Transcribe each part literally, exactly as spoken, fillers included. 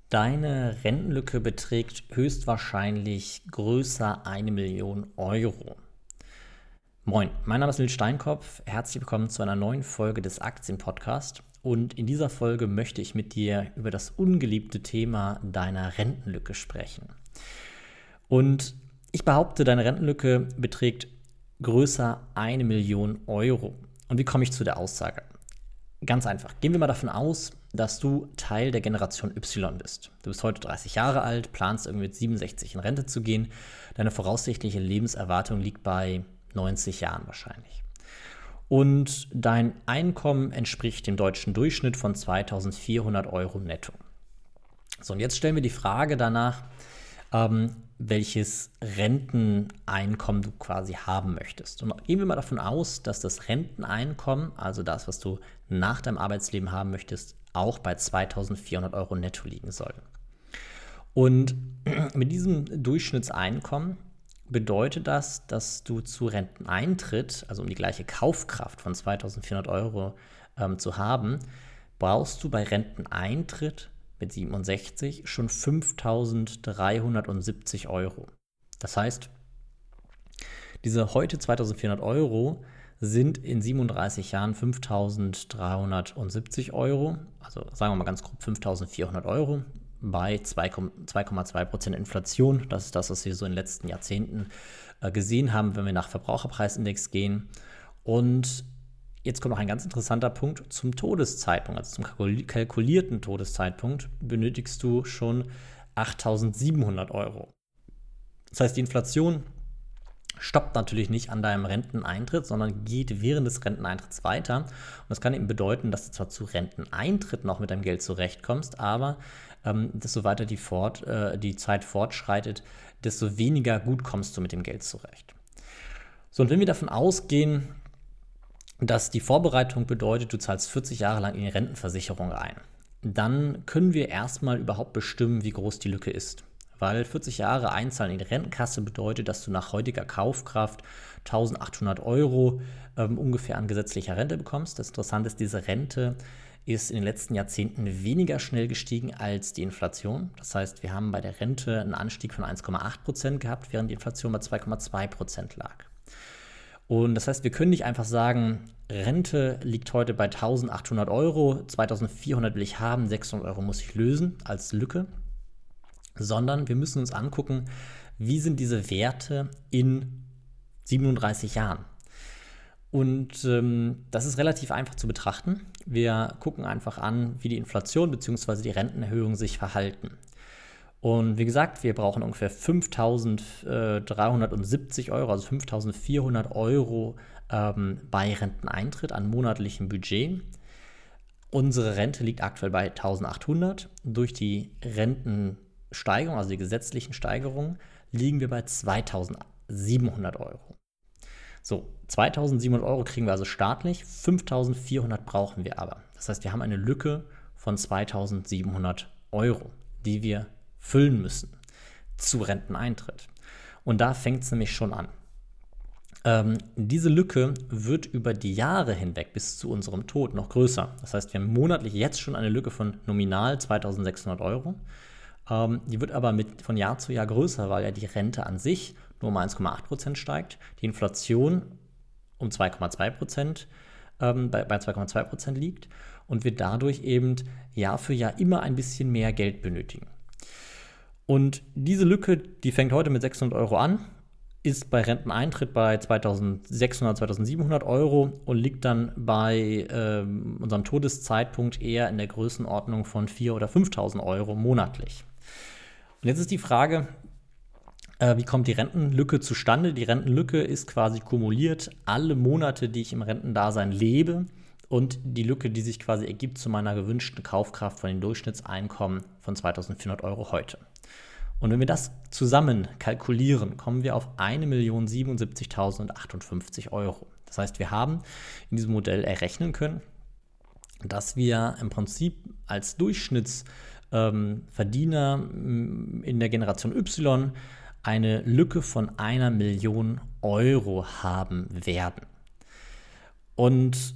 Deine Rentenlücke beträgt höchstwahrscheinlich größer eine Million Euro. Moin, mein Name ist Nils Steinkopf. Herzlich willkommen zu einer neuen Folge des Aktienpodcasts. Und in dieser Folge möchte ich mit dir über das ungeliebte Thema deiner Rentenlücke sprechen. Und ich behaupte, deine Rentenlücke beträgt größer eine Million Euro. Und wie komme ich zu der Aussage? Ganz einfach. Gehen wir mal davon aus, dass du Teil der Generation Y bist. Du bist heute dreißig Jahre alt, planst irgendwie mit siebenundsechzig in Rente zu gehen. Deine voraussichtliche Lebenserwartung liegt bei neunzig Jahren wahrscheinlich. Und dein Einkommen entspricht dem deutschen Durchschnitt von zweitausendvierhundert Euro netto. So, und jetzt stellen wir die Frage danach, ähm, welches Renteneinkommen du quasi haben möchtest. Und gehen wir mal davon aus, dass das Renteneinkommen, also das, was du nach deinem Arbeitsleben haben möchtest, auch bei zweitausendvierhundert Euro netto liegen soll. Und mit diesem Durchschnittseinkommen bedeutet das, dass du zu Renteneintritt, also um die gleiche Kaufkraft von zweitausendvierhundert Euro ähm, zu haben, brauchst du bei Renteneintritt mit siebenundsechzig schon fünftausenddreihundertsiebzig Euro. Das heißt, diese heute zweitausendvierhundert Euro sind in siebenunddreißig Jahren fünftausenddreihundertsiebzig Euro, also sagen wir mal ganz grob fünftausendvierhundert Euro bei zwei Komma zwei Prozent Inflation. Das ist das, was wir so in den letzten Jahrzehnten äh, gesehen haben, wenn wir nach Verbraucherpreisindex gehen. Und jetzt kommt noch ein ganz interessanter Punkt. Zum Todeszeitpunkt, also zum kalkulierten Todeszeitpunkt, benötigst du schon achttausendsiebenhundert Euro. Das heißt, die Inflation stoppt natürlich nicht an deinem Renteneintritt, sondern geht während des Renteneintritts weiter. Und das kann eben bedeuten, dass du zwar zu Renteneintritt noch mit deinem Geld zurechtkommst, aber ähm, desto weiter die, fort, äh, die Zeit fortschreitet, desto weniger gut kommst du mit dem Geld zurecht. So, und wenn wir davon ausgehen, dass die Vorbereitung bedeutet, du zahlst vierzig Jahre lang in die Rentenversicherung ein, dann können wir erstmal überhaupt bestimmen, wie groß die Lücke ist. Weil vierzig Jahre einzahlen in die Rentenkasse bedeutet, dass du nach heutiger Kaufkraft eintausendachthundert Euro ähm, ungefähr an gesetzlicher Rente bekommst. Das Interessante ist, diese Rente ist in den letzten Jahrzehnten weniger schnell gestiegen als die Inflation. Das heißt, wir haben bei der Rente einen Anstieg von eins Komma acht Prozent gehabt, während die Inflation bei zwei Komma zwei Prozent lag. Und das heißt, wir können nicht einfach sagen, Rente liegt heute bei eintausendachthundert Euro, zweitausendvierhundert will ich haben, sechshundert Euro muss ich lösen als Lücke, sondern wir müssen uns angucken, wie sind diese Werte in siebenunddreißig Jahren. Und ähm, das ist relativ einfach zu betrachten. Wir gucken einfach an, wie die Inflation bzw. die Rentenerhöhung sich verhalten. Und wie gesagt, wir brauchen ungefähr fünftausenddreihundertsiebzig Euro, also fünftausendvierhundert Euro ähm, bei Renteneintritt an monatlichem Budget. Unsere Rente liegt aktuell bei eintausendachthundert. Durch die Rentensteigerung, also die gesetzlichen Steigerungen, liegen wir bei zweitausendsiebenhundert Euro. So, zweitausendsiebenhundert Euro kriegen wir also staatlich, fünftausendvierhundert brauchen wir aber. Das heißt, wir haben eine Lücke von zweitausendsiebenhundert Euro, die wir füllen müssen zu Renteneintritt. Und da fängt es nämlich schon an. Ähm, diese Lücke wird über die Jahre hinweg bis zu unserem Tod noch größer. Das heißt, wir haben monatlich jetzt schon eine Lücke von nominal zweitausendsechshundert Euro. Ähm, die wird aber mit, von Jahr zu Jahr größer, weil ja die Rente an sich nur um eins Komma acht Prozent steigt, die Inflation um zwei Komma zwei Prozent ähm, bei, bei zwei Komma zwei Prozent liegt und wir dadurch eben Jahr für Jahr immer ein bisschen mehr Geld benötigen. Und diese Lücke, die fängt heute mit sechshundert Euro an, ist bei Renteneintritt bei zweitausendsechshundert, zweitausendsiebenhundert Euro und liegt dann bei ähm, unserem Todeszeitpunkt eher in der Größenordnung von viertausend oder fünftausend Euro monatlich. Und jetzt ist die Frage, äh, wie kommt die Rentenlücke zustande? Die Rentenlücke ist quasi kumuliert alle Monate, die ich im Rentendasein lebe und die Lücke, die sich quasi ergibt zu meiner gewünschten Kaufkraft von den Durchschnittseinkommen von zweitausendvierhundert Euro heute. Und wenn wir das zusammen kalkulieren, kommen wir auf eine Million siebenundsiebzigtausendachtundfünfzig Euro. Das heißt, wir haben in diesem Modell errechnen können, dass wir im Prinzip als Durchschnittsverdiener ähm, in der Generation Y eine Lücke von einer Million Euro haben werden. Und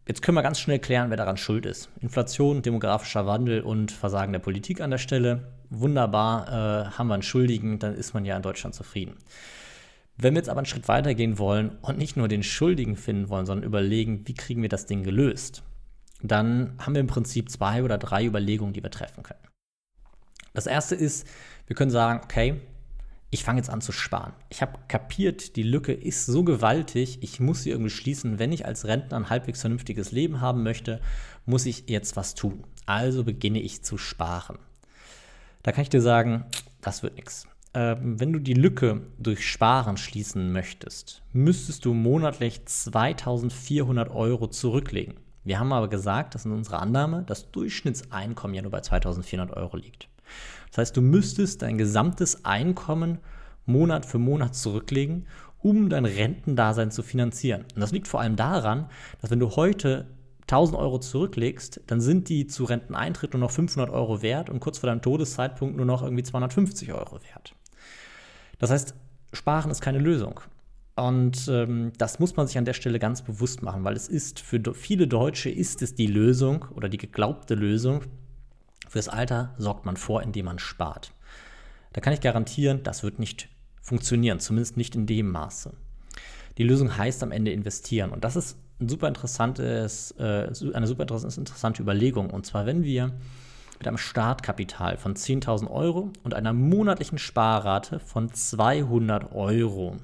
Jetzt können wir ganz schnell klären, wer daran schuld ist. Inflation, demografischer Wandel und Versagen der Politik an der Stelle. Wunderbar, äh, haben wir einen Schuldigen, dann ist man ja in Deutschland zufrieden. Wenn wir jetzt aber einen Schritt weiter gehen wollen und nicht nur den Schuldigen finden wollen, sondern überlegen, wie kriegen wir das Ding gelöst, dann haben wir im Prinzip zwei oder drei Überlegungen, die wir treffen können. Das erste ist, wir können sagen, okay, ich fange jetzt an zu sparen. Ich habe kapiert, die Lücke ist so gewaltig, ich muss sie irgendwie schließen. Wenn ich als Rentner ein halbwegs vernünftiges Leben haben möchte, muss ich jetzt was tun. Also beginne ich zu sparen. Da kann ich dir sagen, das wird nichts. Ähm, wenn du die Lücke durch Sparen schließen möchtest, müsstest du monatlich zweitausendvierhundert Euro zurücklegen. Wir haben aber gesagt, das ist unsere Annahme, das Durchschnittseinkommen ja nur bei zweitausendvierhundert Euro liegt. Das heißt, du müsstest dein gesamtes Einkommen Monat für Monat zurücklegen, um dein Rentendasein zu finanzieren. Und das liegt vor allem daran, dass wenn du heute tausend Euro zurücklegst, dann sind die zu Renteneintritt nur noch fünfhundert Euro wert und kurz vor deinem Todeszeitpunkt nur noch irgendwie zweihundertfünfzig Euro wert. Das heißt, Sparen ist keine Lösung. Und ähm, das muss man sich an der Stelle ganz bewusst machen, weil es ist für do- viele Deutsche ist es die Lösung oder die geglaubte Lösung. Fürs Alter sorgt man vor, indem man spart. Da kann ich garantieren, das wird nicht funktionieren, zumindest nicht in dem Maße. Die Lösung heißt am Ende investieren. Und das ist ein super interessantes, äh, eine super interessante Überlegung. Und zwar, wenn wir mit einem Startkapital von zehntausend Euro und einer monatlichen Sparrate von zweihundert Euro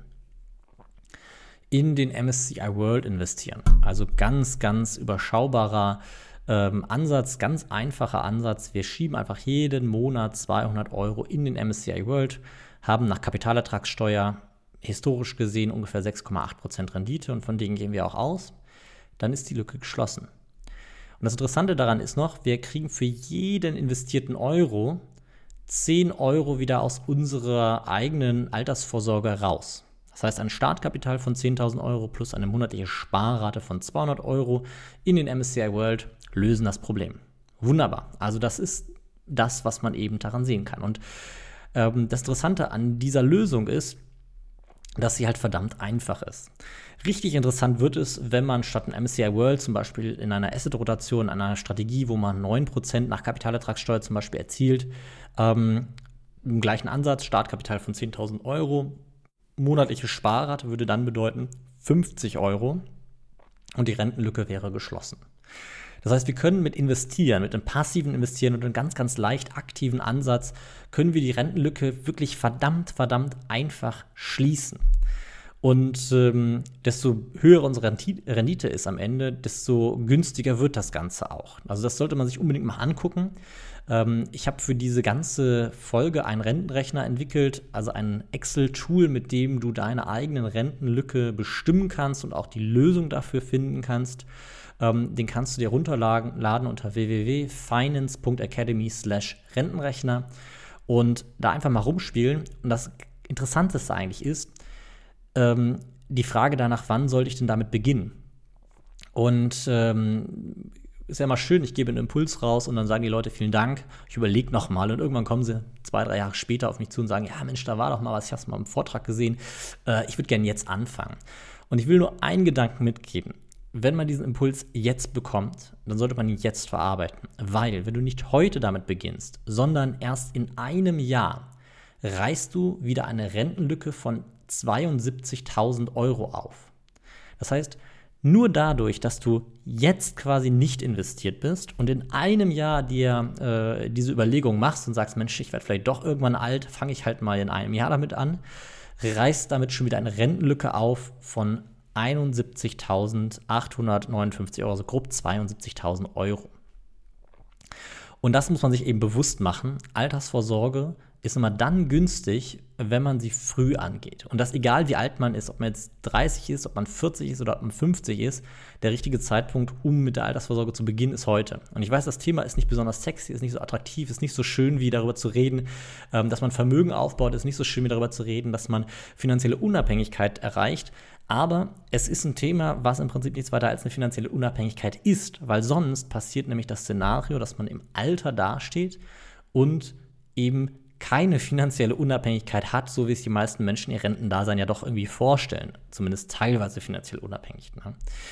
in den M S C I World investieren. Also ganz, ganz überschaubarer ähm, Ansatz, ganz einfacher Ansatz. Wir schieben einfach jeden Monat zweihundert Euro in den M S C I World, haben nach Kapitalertragssteuer historisch gesehen ungefähr sechs Komma acht Prozent Rendite und von denen gehen wir auch aus. Dann ist die Lücke geschlossen. Und das Interessante daran ist noch, wir kriegen für jeden investierten Euro zehn Euro wieder aus unserer eigenen Altersvorsorge raus. Das heißt, ein Startkapital von zehntausend Euro plus eine monatliche Sparrate von zweihundert Euro in den M S C I World lösen das Problem. Wunderbar. Also das ist das, was man eben daran sehen kann. Und ähm, das Interessante an dieser Lösung ist, dass sie halt verdammt einfach ist. Richtig interessant wird es, wenn man statt ein M S C I World zum Beispiel in einer Asset-Rotation, einer Strategie, wo man neun Prozent nach Kapitalertragssteuer zum Beispiel erzielt, ähm, im gleichen Ansatz, Startkapital von zehntausend Euro, monatliche Sparrate würde dann bedeuten fünfzig Euro und die Rentenlücke wäre geschlossen. Das heißt, wir können mit Investieren, mit einem passiven Investieren und einem ganz, ganz leicht aktiven Ansatz, können wir die Rentenlücke wirklich verdammt, verdammt einfach schließen. Und ähm, desto höher unsere Rendite ist am Ende, desto günstiger wird das Ganze auch. Also das sollte man sich unbedingt mal angucken. Ähm, ich habe für diese ganze Folge einen Rentenrechner entwickelt, also ein Excel-Tool, mit dem du deine eigenen Rentenlücke bestimmen kannst und auch die Lösung dafür finden kannst. Ähm, den kannst du dir runterladen unter w w w punkt finance punkt academy slash Rentenrechner und da einfach mal rumspielen. Und das Interessanteste eigentlich ist, ähm, die Frage danach, wann sollte ich denn damit beginnen? Und ähm, ist ja immer schön, ich gebe einen Impuls raus und dann sagen die Leute, vielen Dank, ich überlege nochmal und irgendwann kommen sie zwei, drei Jahre später auf mich zu und sagen, ja Mensch, da war doch mal was, ich habe es mal im Vortrag gesehen, äh, ich würde gerne jetzt anfangen. Und ich will nur einen Gedanken mitgeben. Wenn man diesen Impuls jetzt bekommt, dann sollte man ihn jetzt verarbeiten. Weil, wenn du nicht heute damit beginnst, sondern erst in einem Jahr, reißt du wieder eine Rentenlücke von zweiundsiebzigtausend Euro auf. Das heißt, nur dadurch, dass du jetzt quasi nicht investiert bist und in einem Jahr dir äh, diese Überlegung machst und sagst, Mensch, ich werde vielleicht doch irgendwann alt, fange ich halt mal in einem Jahr damit an, reißt damit schon wieder eine Rentenlücke auf von einundsiebzigtausendachthundertneunundfünfzig Euro, also grob zweiundsiebzigtausend Euro. Und das muss man sich eben bewusst machen. Altersvorsorge ist immer dann günstig, wenn man sie früh angeht. Und das egal, wie alt man ist, ob man jetzt dreißig ist, ob man vierzig ist oder ob man fünfzig ist, der richtige Zeitpunkt, um mit der Altersvorsorge zu beginnen, ist heute. Und ich weiß, das Thema ist nicht besonders sexy, ist nicht so attraktiv, ist nicht so schön, wie darüber zu reden, dass man Vermögen aufbaut, ist nicht so schön, wie darüber zu reden, dass man finanzielle Unabhängigkeit erreicht. Aber es ist ein Thema, was im Prinzip nichts weiter als eine finanzielle Unabhängigkeit ist, weil sonst passiert nämlich das Szenario, dass man im Alter dasteht und eben keine finanzielle Unabhängigkeit hat, so wie es die meisten Menschen ihr Rentendasein ja doch irgendwie vorstellen. Zumindest teilweise finanziell unabhängig. Ne?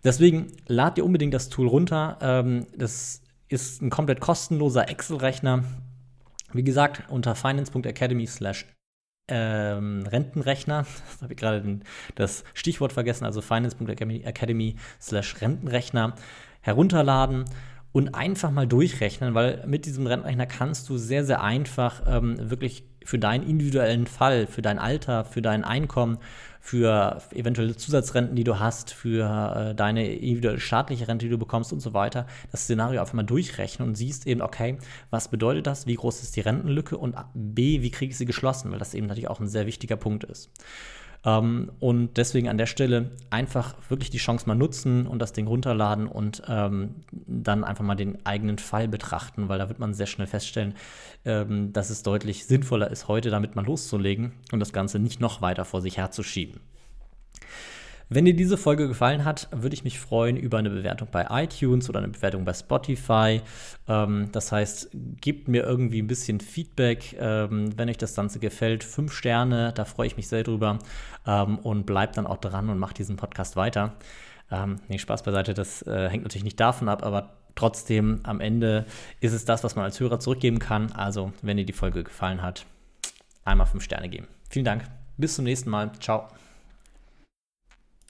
Deswegen lad dir unbedingt das Tool runter. Ähm, das ist ein komplett kostenloser Excel-Rechner. Wie gesagt, unter finance.academy slash Rentenrechner, das habe ich gerade das Stichwort vergessen, also finance.academy slash Rentenrechner herunterladen und einfach mal durchrechnen, weil mit diesem Rentenrechner kannst du sehr, sehr einfach ähm, wirklich für deinen individuellen Fall, für dein Alter, für dein Einkommen, für eventuelle Zusatzrenten, die du hast, für äh, deine individuelle staatliche Rente, die du bekommst und so weiter, das Szenario einfach mal durchrechnen und siehst eben, okay, was bedeutet das, wie groß ist die Rentenlücke und B, wie kriege ich sie geschlossen, weil das eben natürlich auch ein sehr wichtiger Punkt ist. Ähm, und deswegen an der Stelle einfach wirklich die Chance mal nutzen und das Ding runterladen und ähm, dann einfach mal den eigenen Fall betrachten, weil da wird man sehr schnell feststellen, ähm, dass es deutlich sinnvoller ist, heute damit mal loszulegen und das Ganze nicht noch weiter vor sich herzuschieben. Wenn dir diese Folge gefallen hat, würde ich mich freuen über eine Bewertung bei iTunes oder eine Bewertung bei Spotify. Ähm, das heißt, gebt mir irgendwie ein bisschen Feedback, ähm, wenn euch das Ganze gefällt. Fünf Sterne, da freue ich mich sehr drüber. Ähm, und bleibt dann auch dran und macht diesen Podcast weiter. Ähm, nee, Spaß beiseite, das äh, hängt natürlich nicht davon ab, aber trotzdem am Ende ist es das, was man als Hörer zurückgeben kann. Also, wenn dir die Folge gefallen hat, einmal fünf Sterne geben. Vielen Dank. Bis zum nächsten Mal. Ciao.